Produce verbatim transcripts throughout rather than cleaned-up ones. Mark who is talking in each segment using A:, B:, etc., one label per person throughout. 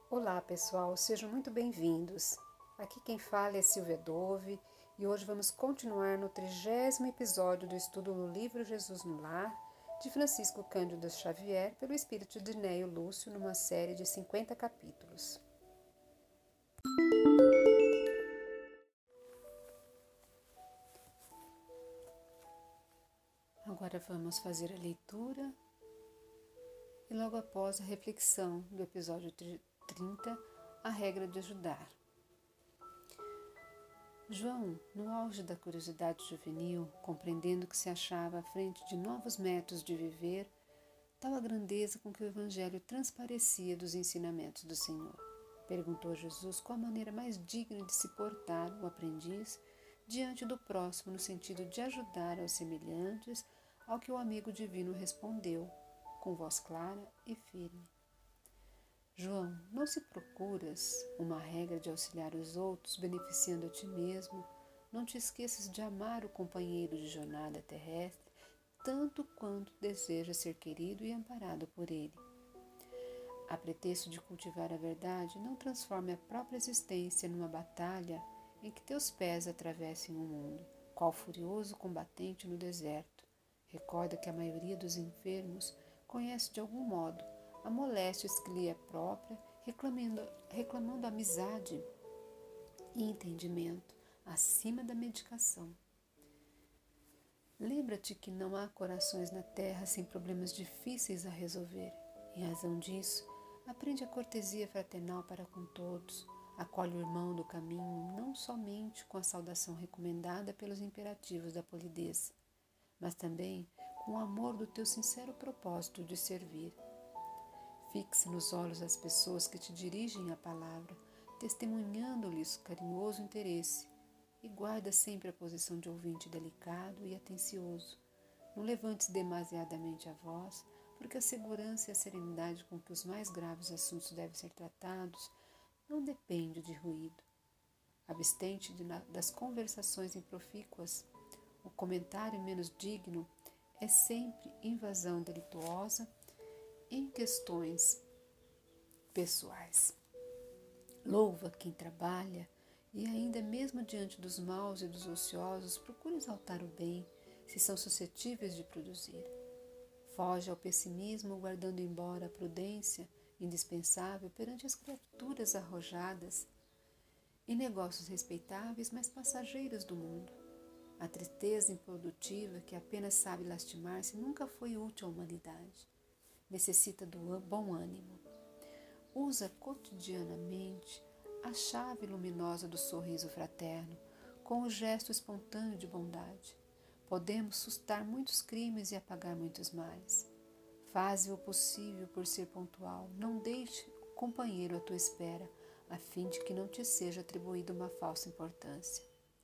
A: Olá pessoal, sejam muito bem-vindos. Aqui quem fala é Silvia Dove e hoje vamos continuar no trigésimo episódio do estudo no livro Jesus no Lar, de Francisco Cândido Xavier, pelo espírito de Neio Lúcio, numa série de cinquenta capítulos. Agora vamos fazer a leitura e logo após a reflexão do episódio trinta, a regra de ajudar. João, no auge da curiosidade juvenil, compreendendo que se achava à frente de novos métodos de viver, tal a grandeza com que o Evangelho transparecia dos ensinamentos do Senhor. Perguntou a Jesus qual a maneira mais digna de se portar o aprendiz diante do próximo no sentido de ajudar aos semelhantes, ao que o amigo divino respondeu, com voz clara e firme. João, não se procuras uma regra de auxiliar os outros, beneficiando a ti mesmo, não te esqueças de amar o companheiro de jornada terrestre, tanto quanto desejas ser querido e amparado por ele. A pretexto de cultivar a verdade, não transforme a própria existência numa batalha em que teus pés atravessem o mundo, qual furioso combatente no deserto. Recorda que a maioria dos enfermos conhece de algum modo a moléstia que lhe é própria, reclamando, reclamando amizade e entendimento acima da medicação. Lembra-te que não há corações na terra sem problemas difíceis a resolver. Em razão disso, aprende a cortesia fraternal para com todos, acolhe o irmão do caminho não somente com a saudação recomendada pelos imperativos da polidez, mas também com o amor do teu sincero propósito de servir. Fixa nos olhos as pessoas que te dirigem a palavra, testemunhando-lhes carinhoso interesse, e guarda sempre a posição de ouvinte delicado e atencioso. Não levantes demasiadamente a voz, porque a segurança e a serenidade com que os mais graves assuntos devem ser tratados não depende de ruído. Abstente de, das conversações improfícuas. O comentário menos digno é sempre invasão delituosa em questões pessoais. Louva quem trabalha e ainda mesmo diante dos maus e dos ociosos procura exaltar o bem, se são suscetíveis de produzir. Foge ao pessimismo, guardando embora a prudência indispensável perante as criaturas arrojadas em negócios respeitáveis, mas passageiros do mundo. A tristeza improdutiva que apenas sabe lastimar-se nunca foi útil à humanidade. Necessita do bom ânimo. Usa cotidianamente a chave luminosa do sorriso fraterno, com o gesto espontâneo de bondade. Podemos sustar muitos crimes e apagar muitos males. Faze o possível por ser pontual. Não deixe o companheiro à tua espera, a fim de que não te seja atribuída uma falsa importância.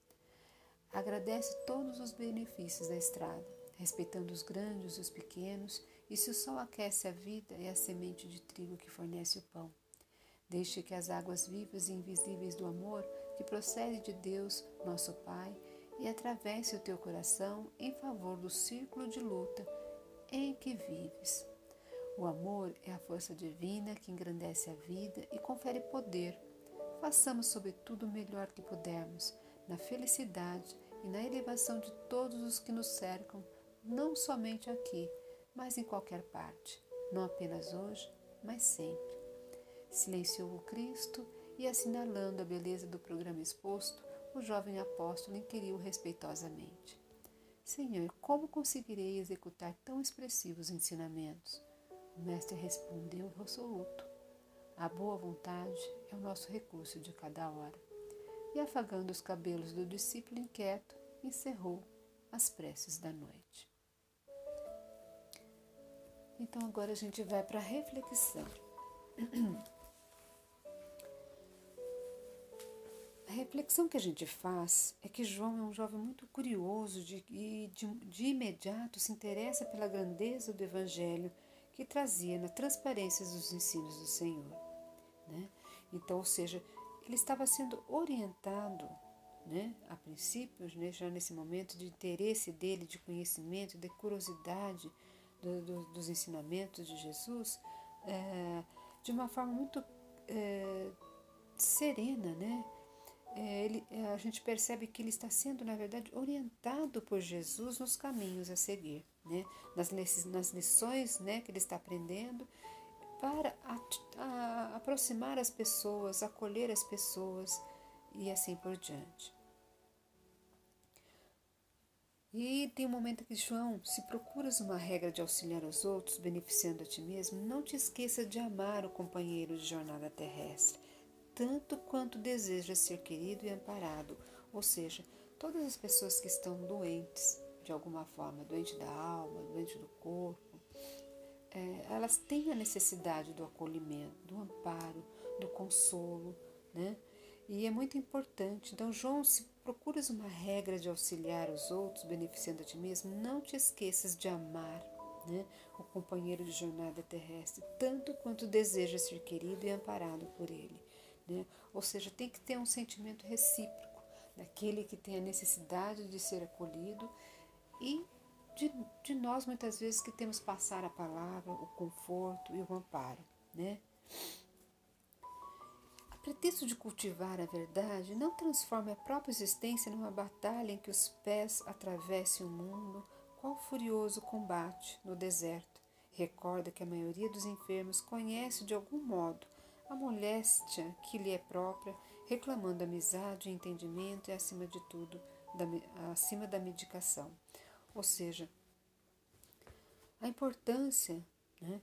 A: Agradece todos os benefícios da estrada, respeitando os grandes e os pequenos, e se o sol aquece a vida, é a semente de trigo que fornece o pão. Deixe que as águas vivas e invisíveis do amor, que procede de Deus, nosso Pai, e atravesse o teu coração em favor do círculo de luta em que vives. O amor é a força divina que engrandece a vida e confere poder. Façamos, sobretudo, o melhor que pudermos, na felicidade e na elevação de todos os que nos cercam, não somente aqui, mas em qualquer parte, não apenas hoje, mas sempre. Silenciou o Cristo e, assinalando a beleza do programa exposto, o jovem apóstolo inquiriu respeitosamente: Senhor, como conseguirei executar tão expressivos ensinamentos? O mestre respondeu resoluto: a boa vontade é o nosso recurso de cada hora. E, afagando os cabelos do discípulo inquieto, encerrou as preces da noite. Então agora a gente vai para a reflexão. A reflexão que a gente faz é que João é um jovem muito curioso de, e de, de imediato se interessa pela grandeza do Evangelho que trazia na transparência dos ensinos do Senhor. Né? Então, ou seja, ele estava sendo orientado, né, a princípio, né, já nesse momento de interesse dele, de conhecimento, de curiosidade do, do, dos ensinamentos de Jesus, é, de uma forma muito é, serena, né? É, ele, a gente percebe que ele está sendo, na verdade, orientado por Jesus nos caminhos a seguir, né? Nas, nas lições, né, que ele está aprendendo, para a, a, aproximar as pessoas, acolher as pessoas e assim por diante. E tem um momento que João, se procuras uma regra de auxiliar os outros, beneficiando a ti mesmo, não te esqueça de amar o companheiro de jornada terrestre, tanto quanto deseja ser querido e amparado. Ou seja, todas as pessoas que estão doentes, de alguma forma, doente da alma, doente do corpo, é, elas têm a necessidade do acolhimento, do amparo, do consolo, né? E é muito importante. Então, João, se procuras uma regra de auxiliar os outros, beneficiando a ti mesmo, não te esqueças de amar, né, o companheiro de jornada terrestre, tanto quanto deseja ser querido e amparado por ele. Né? Ou seja, tem que ter um sentimento recíproco daquele que tem a necessidade de ser acolhido e de, de nós, muitas vezes, que temos que passar a palavra, o conforto e o amparo, né? A pretexto de cultivar a verdade, não transforme a própria existência numa batalha em que os pés atravessem o mundo, qual furioso combate no deserto. Recorda que a maioria dos enfermos conhece de algum modo a moléstia que lhe é própria, reclamando amizade e entendimento e, acima de tudo, da, acima da medicação. Ou seja, a importância, né,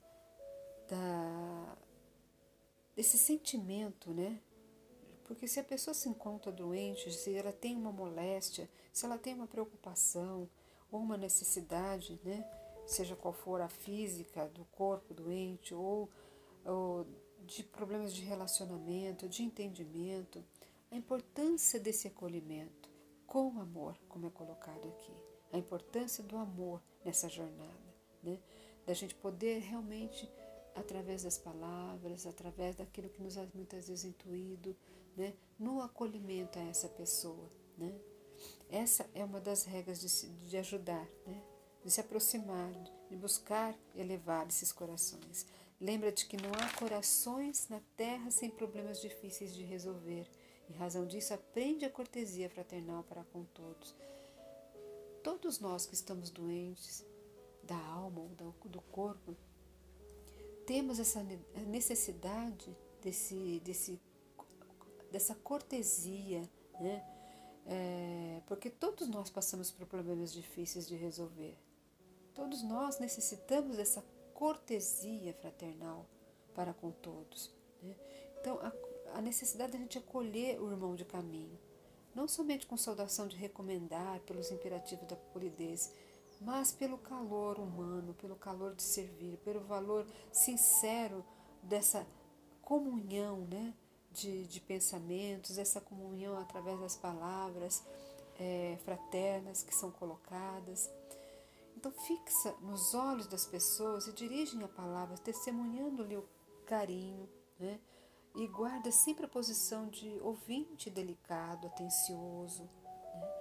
A: da, desse sentimento, né? Porque se a pessoa se encontra doente, se ela tem uma moléstia, se ela tem uma preocupação ou uma necessidade, né, seja qual for a física do corpo doente ou, ou de problemas de relacionamento, de entendimento, a importância desse acolhimento com amor, como é colocado aqui, a importância do amor nessa jornada, né, da gente poder realmente, através das palavras, através daquilo que nos é muitas vezes intuído, né, no acolhimento a essa pessoa, né. Essa é uma das regras de, se, de ajudar, né, de se aproximar, de buscar elevar esses corações. Lembra-te que não há corações na terra sem problemas difíceis de resolver. Em razão disso, aprende a cortesia fraternal para com todos. Todos nós que estamos doentes, da alma ou do corpo, temos essa necessidade desse, desse, dessa cortesia, né? É, porque todos nós passamos por problemas difíceis de resolver. Todos nós necessitamos dessa cortesia fraternal para com todos, né? Então, a, a necessidade de a gente acolher o irmão de caminho, não somente com saudação de recomendar pelos imperativos da polidez, mas pelo calor humano, pelo calor de servir, pelo valor sincero dessa comunhão, né, de, de pensamentos, essa comunhão através das palavras é, fraternas que são colocadas. Então fixa nos olhos das pessoas e dirigem a palavra, testemunhando-lhe o carinho, né, e guarda sempre a posição de ouvinte delicado, atencioso, né,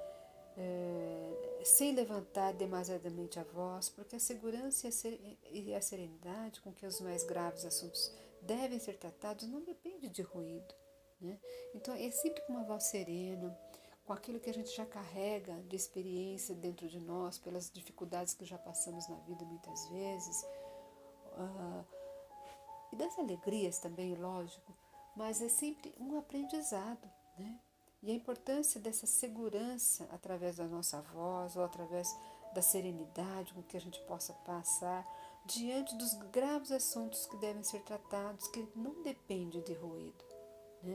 A: é, sem levantar demasiadamente a voz, porque a segurança e a serenidade com que os mais graves assuntos devem ser tratados não depende de ruído, né? Então é sempre com uma voz serena, com aquilo que a gente já carrega de experiência dentro de nós, pelas dificuldades que já passamos na vida muitas vezes, uh, e das alegrias também, lógico, mas é sempre um aprendizado, né? E a importância dessa segurança através da nossa voz ou através da serenidade com que a gente possa passar diante dos graves assuntos que devem ser tratados, que não dependem de ruído, né?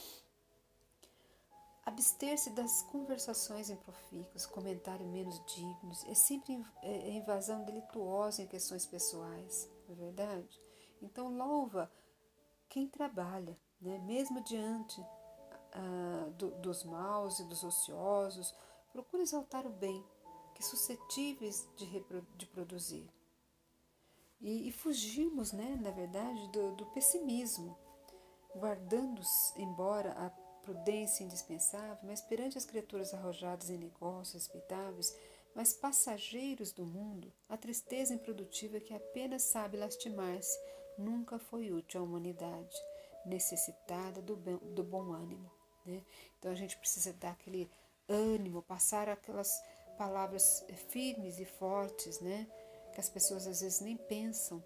A: Abster-se das conversações improfícuas, comentários menos dignos, é sempre invasão delituosa em questões pessoais, não é verdade? Então louva quem trabalha, né? Mesmo diante Ah, do, dos maus e dos ociosos, procura exaltar o bem, que suscetíveis de, repro, de produzir. E, e fugirmos, né, na verdade, do, do pessimismo, guardando-se, embora a prudência indispensável, mas perante as criaturas arrojadas em negócios respeitáveis, mas passageiros do mundo, a tristeza improdutiva que apenas sabe lastimar-se nunca foi útil à humanidade. necessitada do bom, do bom ânimo, né? Então a gente precisa dar aquele ânimo, passar aquelas palavras firmes e fortes, né? Que as pessoas às vezes nem pensam,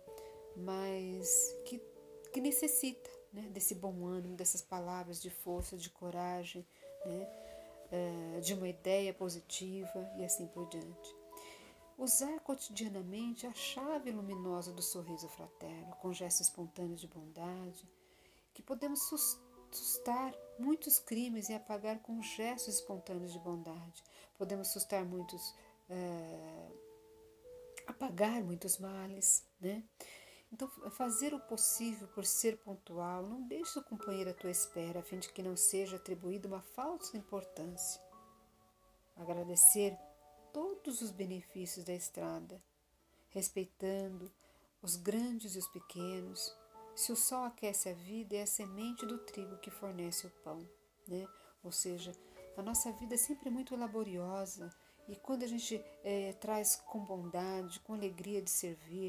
A: mas que, que necessita, né? Desse bom ânimo, dessas palavras de força, de coragem, né? É, de uma ideia positiva e assim por diante. Usar cotidianamente a chave luminosa do sorriso fraterno, com gestos espontâneos de bondade, que podemos sustar muitos crimes e apagar com gestos espontâneos de bondade. Podemos sustar muitos, é, apagar muitos males, né? Então, fazer o possível por ser pontual, não deixe o companheiro à tua espera, a fim de que não seja atribuída uma falsa importância. Agradecer todos os benefícios da estrada, respeitando os grandes e os pequenos. Se o sol aquece a vida, é a semente do trigo que fornece o pão, né? Ou seja, a nossa vida é sempre muito laboriosa e quando a gente é, traz com bondade, com alegria de servir,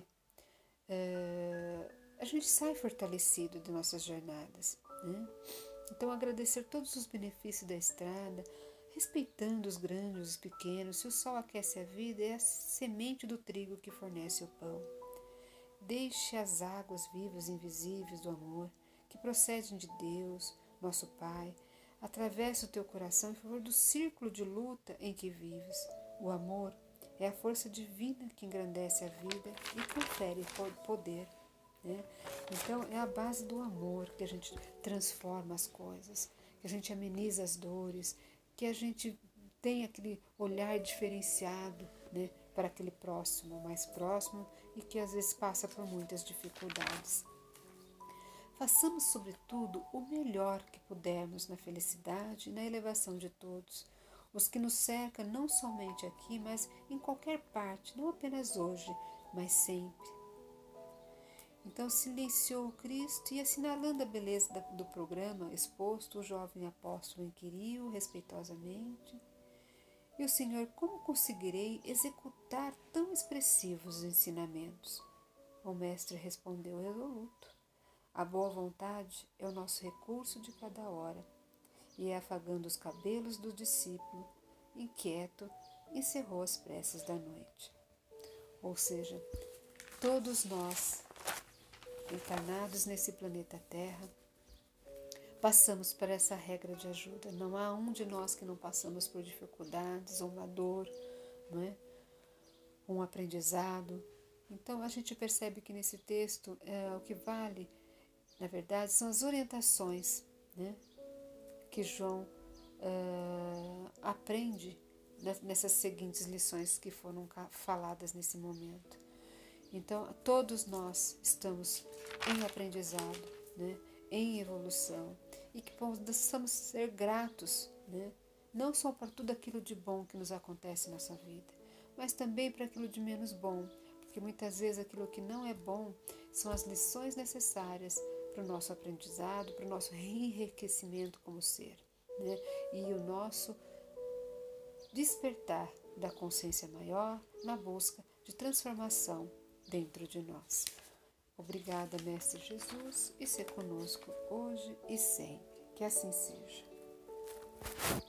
A: é, a gente sai fortalecido de nossas jornadas, né? Então, agradecer todos os benefícios da estrada, respeitando os grandes e os pequenos. Se o sol aquece a vida, é a semente do trigo que fornece o pão. Deixe as águas vivas e invisíveis do amor, que procedem de Deus, nosso Pai, atravesse o teu coração em favor do círculo de luta em que vives. O amor é a força divina que engrandece a vida e confere poder, né? Então, é a base do amor que a gente transforma as coisas, que a gente ameniza as dores, que a gente tem aquele olhar diferenciado, né, para aquele próximo, mais próximo e que às vezes passa por muitas dificuldades. Façamos, sobretudo, o melhor que pudermos na felicidade e na elevação de todos, os que nos cercam não somente aqui, mas em qualquer parte, não apenas hoje, mas sempre. Então silenciou o Cristo e, assinalando a beleza do programa exposto, o jovem apóstolo inquiriu respeitosamente: e o Senhor, como conseguirei executar tão expressivos ensinamentos? O mestre respondeu resoluto: a boa vontade é o nosso recurso de cada hora. E, afagando os cabelos do discípulo, inquieto, encerrou as preces da noite. Ou seja, todos nós, encarnados nesse planeta Terra, passamos por essa regra de ajuda. Não há um de nós que não passamos por dificuldades, ou uma dor, não é? Um aprendizado. Então a gente percebe que nesse texto é, o que vale, na verdade, são as orientações, né, que João uh, aprende nessas seguintes lições que foram faladas nesse momento. Então, todos nós estamos em aprendizado, né, em evolução, e que possamos ser gratos, né, não só por tudo aquilo de bom que nos acontece em nossa vida, mas também para aquilo de menos bom, porque muitas vezes aquilo que não é bom são as lições necessárias para o nosso aprendizado, para o nosso enriquecimento como ser, né? E o nosso despertar da consciência maior na busca de transformação dentro de nós. Obrigada, Mestre Jesus, e ser conosco hoje e sempre. Que assim seja.